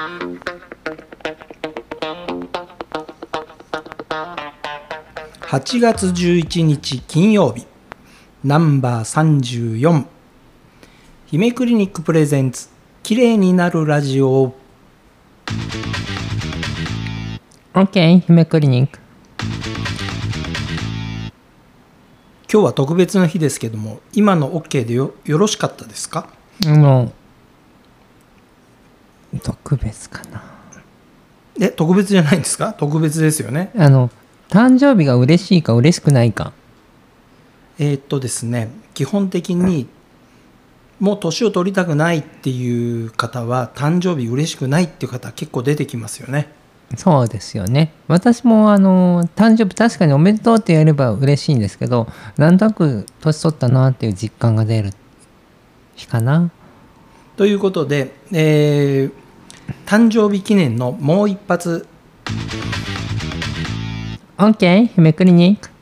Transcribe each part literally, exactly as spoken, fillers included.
はちがつじゅういちにち金曜日、ナンバーさんじゅうよん、姫クリニックプレゼンツきれいになるラジオ。 OK 姫クリニック。 今日は特別な日ですけども、今の OK で よ, よろしかったですか？ あの特別かな。 え、特別じゃないんですか？特別ですよね。 あの誕生日が嬉しいか嬉しくないか。 えー、っとですね基本的にもう年を取りたくないっていう方は、誕生日嬉しくないっていう方結構出てきますよね。 そうですよね。私もあの誕生日確かにおめでとうってやれば嬉しいんですけど、なんとなく年取ったなっていう実感が出る日かな。 ということで、えー、誕生日記念のもう一発 OK 姫クリニック。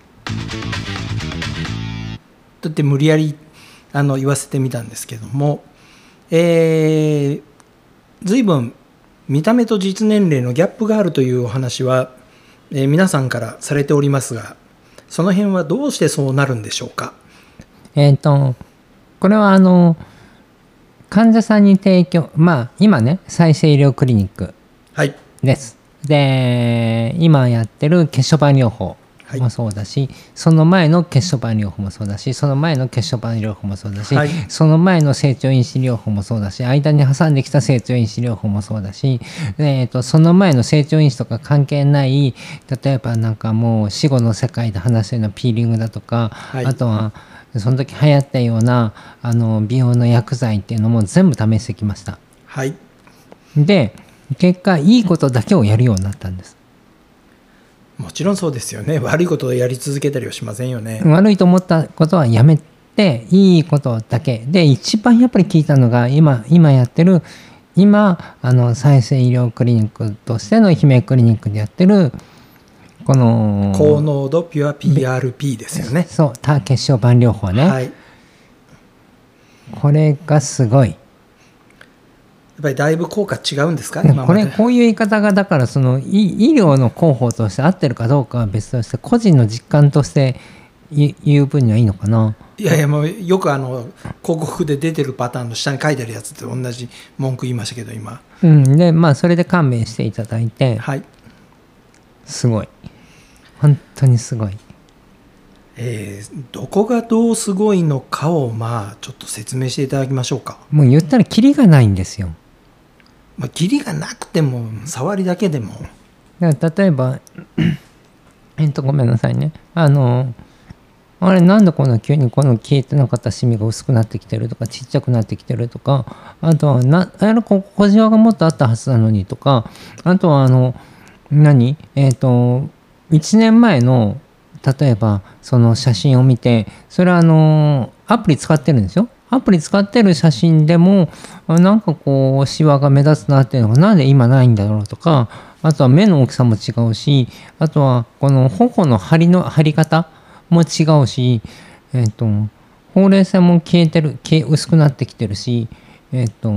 だって無理やりあの言わせてみたんですけども、えー、随分見た目と実年齢のギャップがあるというお話は、えー、皆さんからされておりますが、その辺はどうしてそうなるんでしょうか？ えっとこれはあの患者さんに提供、まあ今ね再生医療クリニックです、はい、で今やってる血小板療法もそうだし、はい、その前の血小板療法もそうだし、その前の血小板療法もそうだし、はい、その前の成長因子療法もそうだし、間に挟んできた成長因子療法もそうだし、えー、とその前の成長因子とか関係ない、例えばなんかもう死後の世界で話すようなピーリングだとか、はい、あとはその時流行ったようなあの美容の薬剤っていうのも全部試してきました。 はい、 で結果いいことだけをやるようになったんです。 もちろんそうですよね。悪いことをやり続けたりはしませんよね。 悪いと思ったことはやめて、いいことだけで、一番やっぱり聞いたのが今今やってる今あの再生医療クリニックとしての姫クリニックでやってるこの高濃度ピュア ピーアールピー ですよね。 そう、多血小板療法ね、はい、これがすごい。 やっぱりだいぶ効果違うんですか？ これこういう言い方がだからその医療の広報として合ってるかどうかは別として、個人の実感として言う分にはいいのかな。 いやいや、もうよくあの広告で出てるパターンの下に書いてあるやつって同じ文句言いましたけど今、 うんでまあそれで勘弁していただいて、 はい、 すごい、本当にすごい。 えー、どこがどうすごいのかをまあちょっと説明していただきましょうか。 もう言ったらキリがないんですよ。 まあ、キリがなくても触りだけでも、 だから例えばえっとごめんなさいね、あのあれなんでこんな急にこの消えてなかったシミが薄くなってきてるとかちっちゃくなってきてるとか、あとはなあれこ小じわがもっとあったはずなのにとか、あとはあの何えっといちねんまえの例えばその写真を見て、それはあのアプリ使ってるんですよ。アプリ使ってる写真でもなんかこうシワが目立つなっていうのがなんで今ないんだろうとか、あとは目の大きさも違うし、あとはこの頬の張りの張り方も違うし、えっとほうれい線も消えてる消え薄くなってきてるし、えっと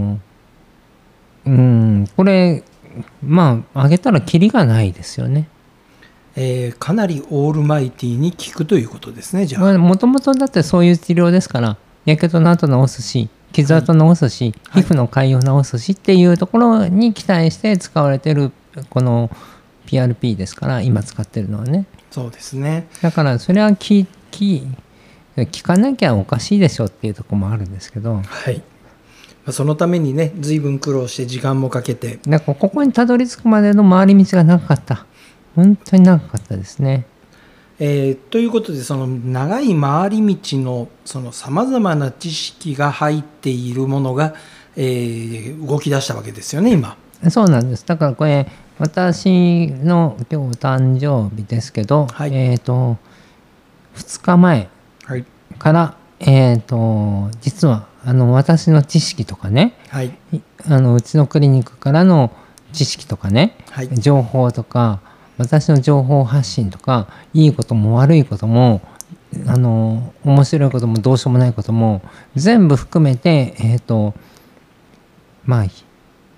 うんこれまあ上げたらキリがないですよね。 えー、かなりオールマイティに効くということですね。じゃあもともとだってそういう治療ですから、やけどの後治すし、傷跡治すし、はい、皮膚の潰瘍治すしっていうところに期待して使われてるこの ピーアールピー ですから、今使ってるのはね。 そうですね。 だからそれは聞き聞かなきゃおかしいでしょっていうところもあるんですけど、 はい、そのためにね随分苦労して時間もかけて、 だからここにたどり着くまでの回り道が長かった。本当に長かったですね。 えー、ということで、その長い回り道のさまざまな知識が入っているものが、えー、動き出したわけですよね今。 そうなんです。だからこれ私の今日誕生日ですけど、はい、えーとふつかまえから、はい、えーと実はあの私の知識とかね、はい、あのうちのクリニックからの知識とかね、はい、情報とか私の情報発信とか、いいことも悪いこともあの面白いこともどうしようもないことも全部含めて、えーとまあ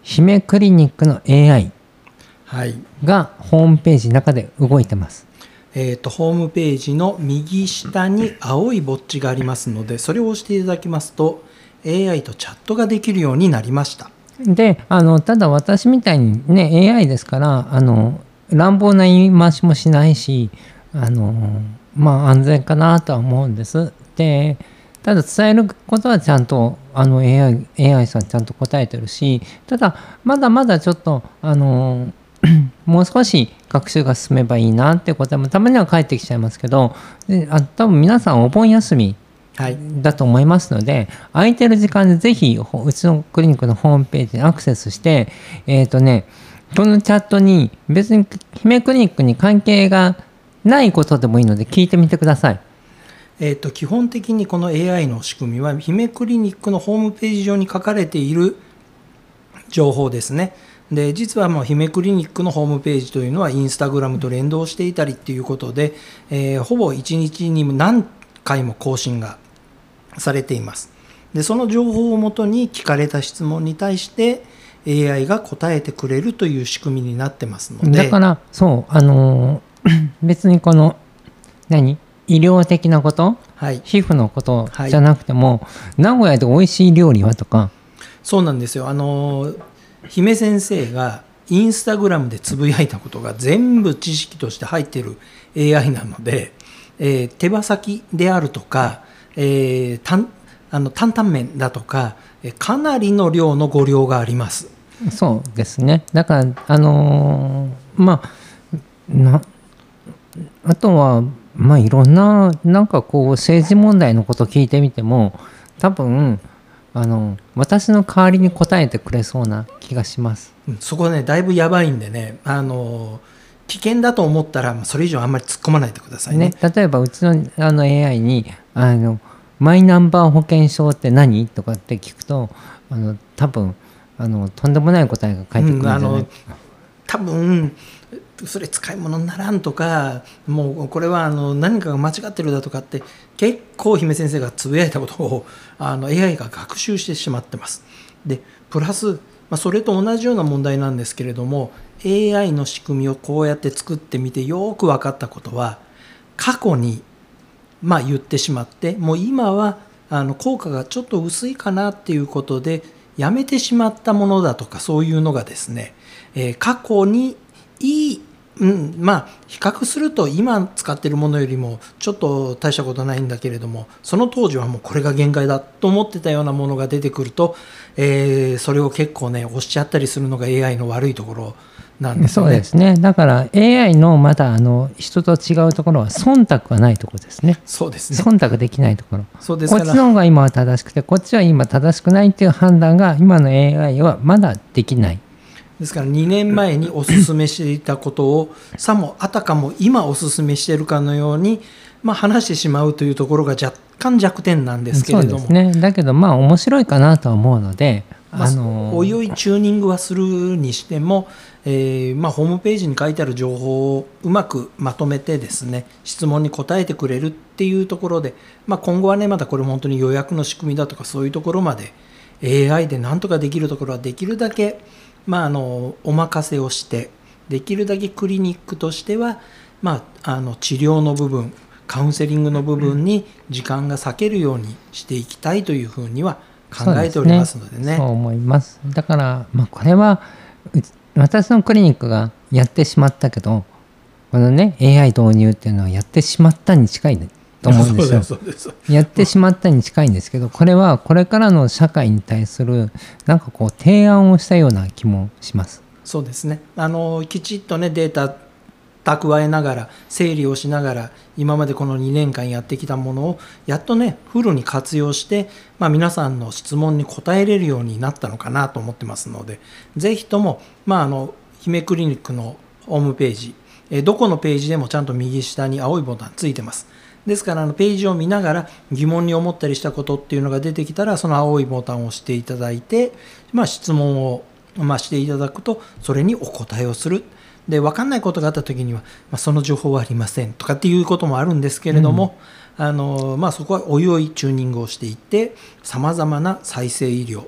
姫クリニックの エーアイはいがホームページの中で動いてます。 えーと、ホームページの右下に青いボッチがありますので、それを押していただきますと エーアイ とチャットができるようになりました。 で、あのただ私みたいにね エーアイ ですから、あの乱暴な言い回しもしないし、あのまあ安全かなとは思うんです。で、ただ伝えることはちゃんとあの エーアイ、エーアイ さんちゃんと答えてるし、ただまだまだちょっとあのもう少し学習が進めばいいなっていうこともたまには返ってきちゃいますけど、であ多分皆さんお盆休みだと思いますので、空いてる時間でぜひうちのクリニックのホームページにアクセスして、えっとね、このチャットに別に姫クリニックに関係がないことでもいいので聞いてみてください。 えーと、基本的にこの エーアイ の仕組みは姫クリニックのホームページ上に書かれている情報ですね。で実はもう姫クリニックのホームページというのはインスタグラムと連動していたりっていうことで、えー、ほぼいちにちに何回も更新がされています。でその情報をもとに聞かれた質問に対して エーアイ が答えてくれるという仕組みになってますので、 だからそうあのー、別にこの何医療的なこと、はい、皮膚のことじゃなくても、はい、名古屋で美味しい料理はとか。 そうなんですよ。あの姫先生がインスタグラムでつぶやいたことが全部知識として入っている エーアイ なので、えー、手羽先であるとか、えー、たんあの担々麺だとかかなりの量の語量があります。 そうですね。だからあのー、まあなあとはまあいろんななんかこう政治問題のことを聞いてみても多分あの私の代わりに答えてくれそうな気がします。 そこねだいぶやばいんでね、あの危険だと思ったらそれ以上あんまり突っ込まないでください ね, ね。例えばうちの、あの エーアイ にあのマイナンバー保険証って何とかって聞くとあの多分あのとんでもない答えが返ってくるんじゃない、うん、あの多分それ使い物にならんとかもうこれはあの何かが間違ってるだとかって結構姫先生がつぶやいたことをあの エーアイ が学習してしまってます。でプラス、まあ、それと同じような問題なんですけれども エーアイ の仕組みをこうやって作ってみてよく分かったことは過去にまあ言ってしまってもう今はあの効果がちょっと薄いかなっていうことでやめてしまったものだとかそういうのがですね、えー、過去にいい、うん、まあ比較すると今使っているものよりもちょっと大したことないんだけれどもその当時はもうこれが限界だと思ってたようなものが出てくると、えー、それを結構ね押しちゃったりするのが エーアイ の悪いところなんですよね。 そうですね。だから エーアイ のまだあの人と違うところは忖度がないところですね。 そうですね。 忖度できないところ。 そうですからこっちの方が今は正しくてこっちは今正しくないっていう判断が今の エーアイ はまだできない。 ですからにねんまえにお勧めしていたことをさもあたかも今お勧めしているかのように、まあ、話してしまうというところが若干弱点なんですけれども、 そうですね。だけどまあ面白いかなとは思うので、 まあ、あのおいおいチューニングはするにしても、えーまあ、ホームページに書いてある情報をうまくまとめてですね質問に答えてくれるっていうところで、まあ、今後はねまだこれ本当に予約の仕組みだとかそういうところまで エーアイ でなんとかできるところはできるだけまあ、あのお任せをしてできるだけクリニックとしては、まあ、あの治療の部分カウンセリングの部分に時間が割けるようにしていきたいというふうには考えておりますのでね。 そうですね。そう思います。だから、まあ、これは私のクリニックがやってしまったけどこのね エーアイ 導入っていうのはやってしまったに近いと思うんですよ。 そうです、そうです。 やってしまったに近いんですけどこれはこれからの社会に対するなんかこう提案をしたような気もします。 そうですね。あのきちっとねデータ蓄えながら整理をしながら今までこのにねんかんやってきたものをやっとねフルに活用して、まあ、皆さんの質問に答えれるようになったのかなと思ってますのでぜひとも、まあ、あの姫クリニックのホームページえどこのページでもちゃんと右下に青いボタンついてます。ですからあのページを見ながら疑問に思ったりしたことっていうのが出てきたらその青いボタンを押していただいて、まあ、質問を、まあ、していただくとそれにお答えをする。で分かんないことがあった時には、まあ、その情報はありませんとかっていうこともあるんですけれども、うんあのまあ、そこはおいおいチューニングをしていってさまざまな再生医療、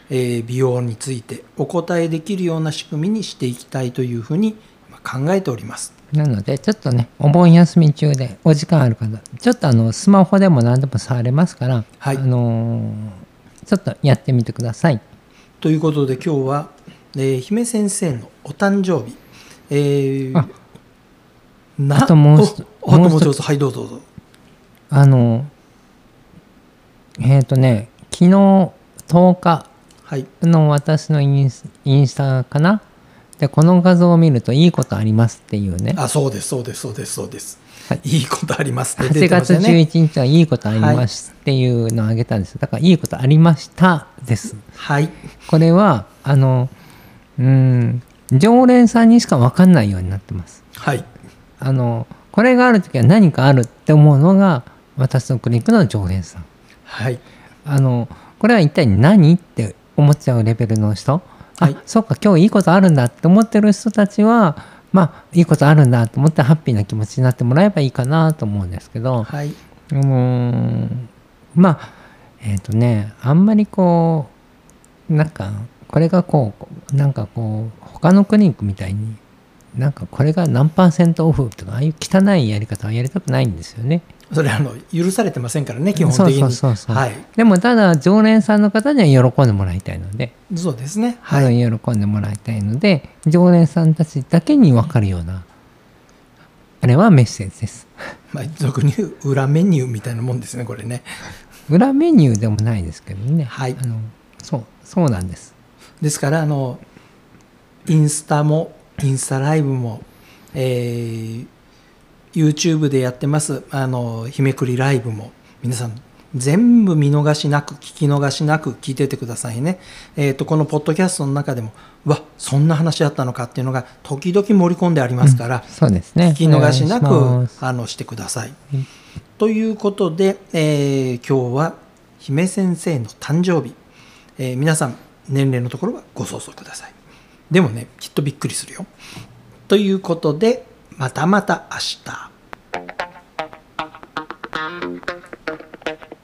えー美容についてお答えできるような仕組みにしていきたいというふうに考えております。 なのでちょっとねお盆休み中でお時間ある方ちょっとあのスマホでも何でも触れますから、 はいあのーちょっとやってみてください。 ということで今日は、えー姫先生のお誕生日、えー、 あなあともう一つおあともうもう一つ一つはいどうぞどうぞ。 あのえっ、とね昨日とおかはいの私のインスインスタかなでこの画像を見るといいことありますっていうね、 あそうですそうですそうですそうです、 はい、 いいことありますって 8 出てました月じゅうね。 いちにちはいいことありますっていうのをあげたんですよ。だからいいことありましたです。 はいこれはあのうーん常連さんにしか分かんないようになってます。 はいあのこれがあるときは何かあるって思うのが私のクリニックの常連さん。 はいあのこれは一体何って思っちゃうレベルの人、 はいあそうか今日いいことあるんだって思ってる人たちはまあいいことあるんだと思ってハッピーな気持ちになってもらえばいいかなと思うんですけど、 はい、 うーんまあえっ、とねあんまりこうなんかこれがこうなんかこう他のクリニックみたいになんかこれが何パーセントオフとかああいう汚いやり方はやりたくないんですよね。 それあの許されてませんからね基本的に。 そうそうそうそう、 はい、 でもただ常連さんの方には喜んでもらいたいので、 そうですね、はい、 あの喜んでもらいたいので常連さんたちだけに分かるようなあれはメッセージです。 まあ、俗に言う裏メニューみたいなもんですねこれね。 裏メニューでもないですけどね、 はい、 あのそうそうなんです。 ですからあのインスタもインスタライブも、えー、YouTube でやってますあの日めくりライブも皆さん全部見逃しなく聞き逃しなく聞いててくださいね。えーとこのポッドキャストの中でもわそんな話だったのかっていうのが時々盛り込んでありますから、 うん、そうですね、 聞き逃しなくお願いしますあのしてください、 うん、 ということで、えー今日は姫先生の誕生日、えー皆さん年齢のところはご想像ください。でもねきっとびっくりするよ。ということでまたまた明日。